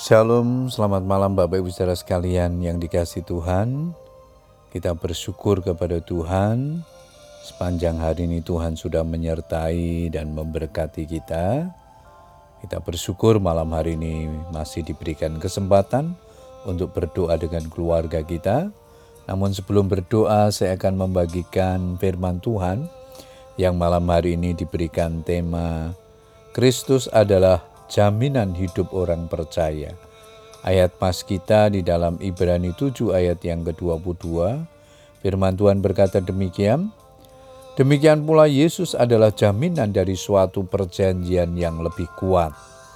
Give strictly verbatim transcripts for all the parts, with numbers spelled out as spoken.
Shalom, selamat malam Bapak Ibu saudara sekalian yang dikasihi Tuhan. Kita bersyukur kepada Tuhan, sepanjang hari ini Tuhan sudah menyertai dan memberkati kita. Kita bersyukur malam hari ini masih diberikan kesempatan untuk berdoa dengan keluarga kita. Namun sebelum berdoa saya akan membagikan firman Tuhan yang malam hari ini diberikan tema Kristus adalah jaminan hidup orang percaya. Ayat pas kita di dalam Ibrani tujuh ayat yang ke dua puluh dua. Firman Tuhan berkata demikian. Demikian pula Yesus adalah jaminan dari suatu perjanjian yang lebih kuat.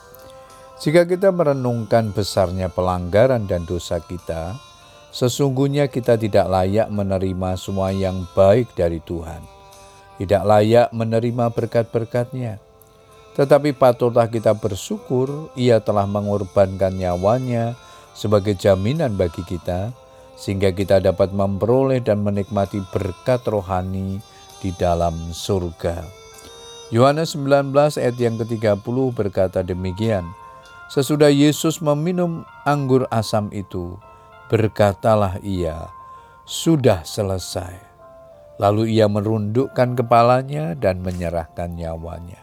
Jika kita merenungkan besarnya pelanggaran dan dosa kita, sesungguhnya kita tidak layak menerima semua yang baik dari Tuhan. Tidak layak menerima berkat-berkat-Nya. Tetapi patutlah kita bersyukur Ia telah mengorbankan nyawanya sebagai jaminan bagi kita, sehingga kita dapat memperoleh dan menikmati berkat rohani di dalam surga. Yohanes sembilan belas ayat yang ke tiga puluh berkata demikian. Sesudah Yesus meminum anggur asam itu, berkatalah Ia, sudah selesai. Lalu Ia merundukkan kepalanya dan menyerahkan nyawanya.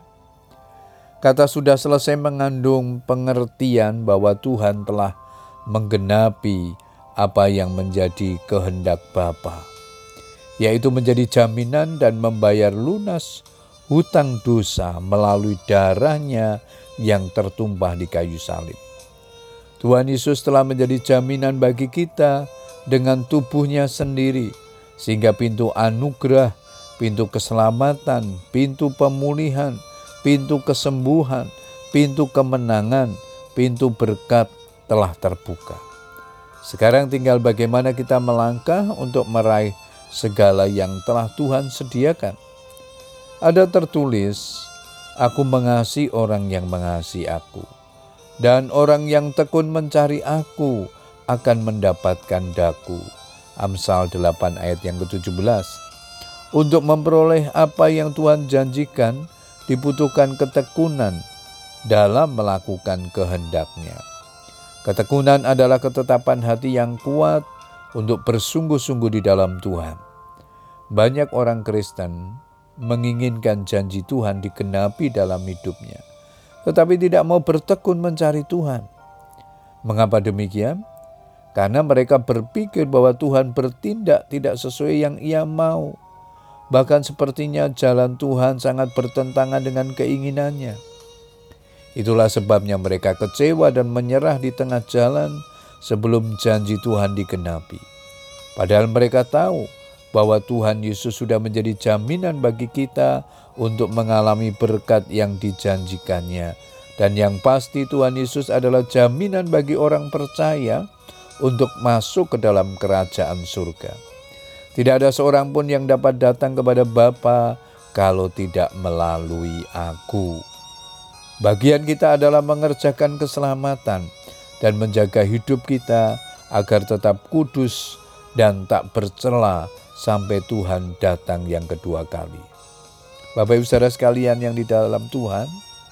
Kata sudah selesai mengandung pengertian bahwa Tuhan telah menggenapi apa yang menjadi kehendak Bapa, yaitu menjadi jaminan dan membayar lunas hutang dosa melalui darahnya yang tertumpah di kayu salib. Tuhan Yesus telah menjadi jaminan bagi kita dengan tubuhnya sendiri, sehingga pintu anugerah, pintu keselamatan, pintu pemulihan, pintu kesembuhan, pintu kemenangan, pintu berkat telah terbuka. Sekarang tinggal bagaimana kita melangkah untuk meraih segala yang telah Tuhan sediakan. Ada tertulis, aku mengasihi orang yang mengasihi aku, dan orang yang tekun mencari aku akan mendapatkan daku. Amsal delapan ayat yang ke tujuh belas. Untuk memperoleh apa yang Tuhan janjikan, dibutuhkan ketekunan dalam melakukan kehendak-Nya. Ketekunan adalah ketetapan hati yang kuat untuk bersungguh-sungguh di dalam Tuhan. Banyak orang Kristen menginginkan janji Tuhan digenapi dalam hidupnya, tetapi tidak mau bertekun mencari Tuhan. Mengapa demikian? Karena mereka berpikir bahwa Tuhan bertindak tidak sesuai yang Ia mau. Bahkan sepertinya jalan Tuhan sangat bertentangan dengan keinginannya. Itulah sebabnya mereka kecewa dan menyerah di tengah jalan sebelum janji Tuhan digenapi. Padahal mereka tahu bahwa Tuhan Yesus sudah menjadi jaminan bagi kita untuk mengalami berkat yang dijanjikannya. Dan yang pasti Tuhan Yesus adalah jaminan bagi orang percaya untuk masuk ke dalam kerajaan surga. Tidak ada seorang pun yang dapat datang kepada Bapa kalau tidak melalui aku. Bagian kita adalah mengerjakan keselamatan dan menjaga hidup kita agar tetap kudus dan tak bercela sampai Tuhan datang yang kedua kali. Bapak Ibu saudara sekalian yang di dalam Tuhan,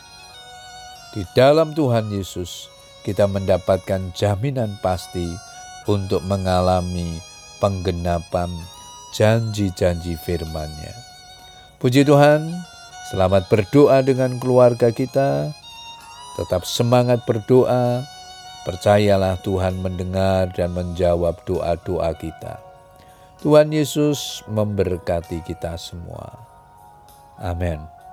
di dalam Tuhan Yesus kita mendapatkan jaminan pasti untuk mengalami penggenapan janji-janji firman-Nya. Puji Tuhan, selamat berdoa dengan keluarga kita. Tetap semangat berdoa. Percayalah Tuhan mendengar dan menjawab doa-doa kita. Tuhan Yesus memberkati kita semua. Amin.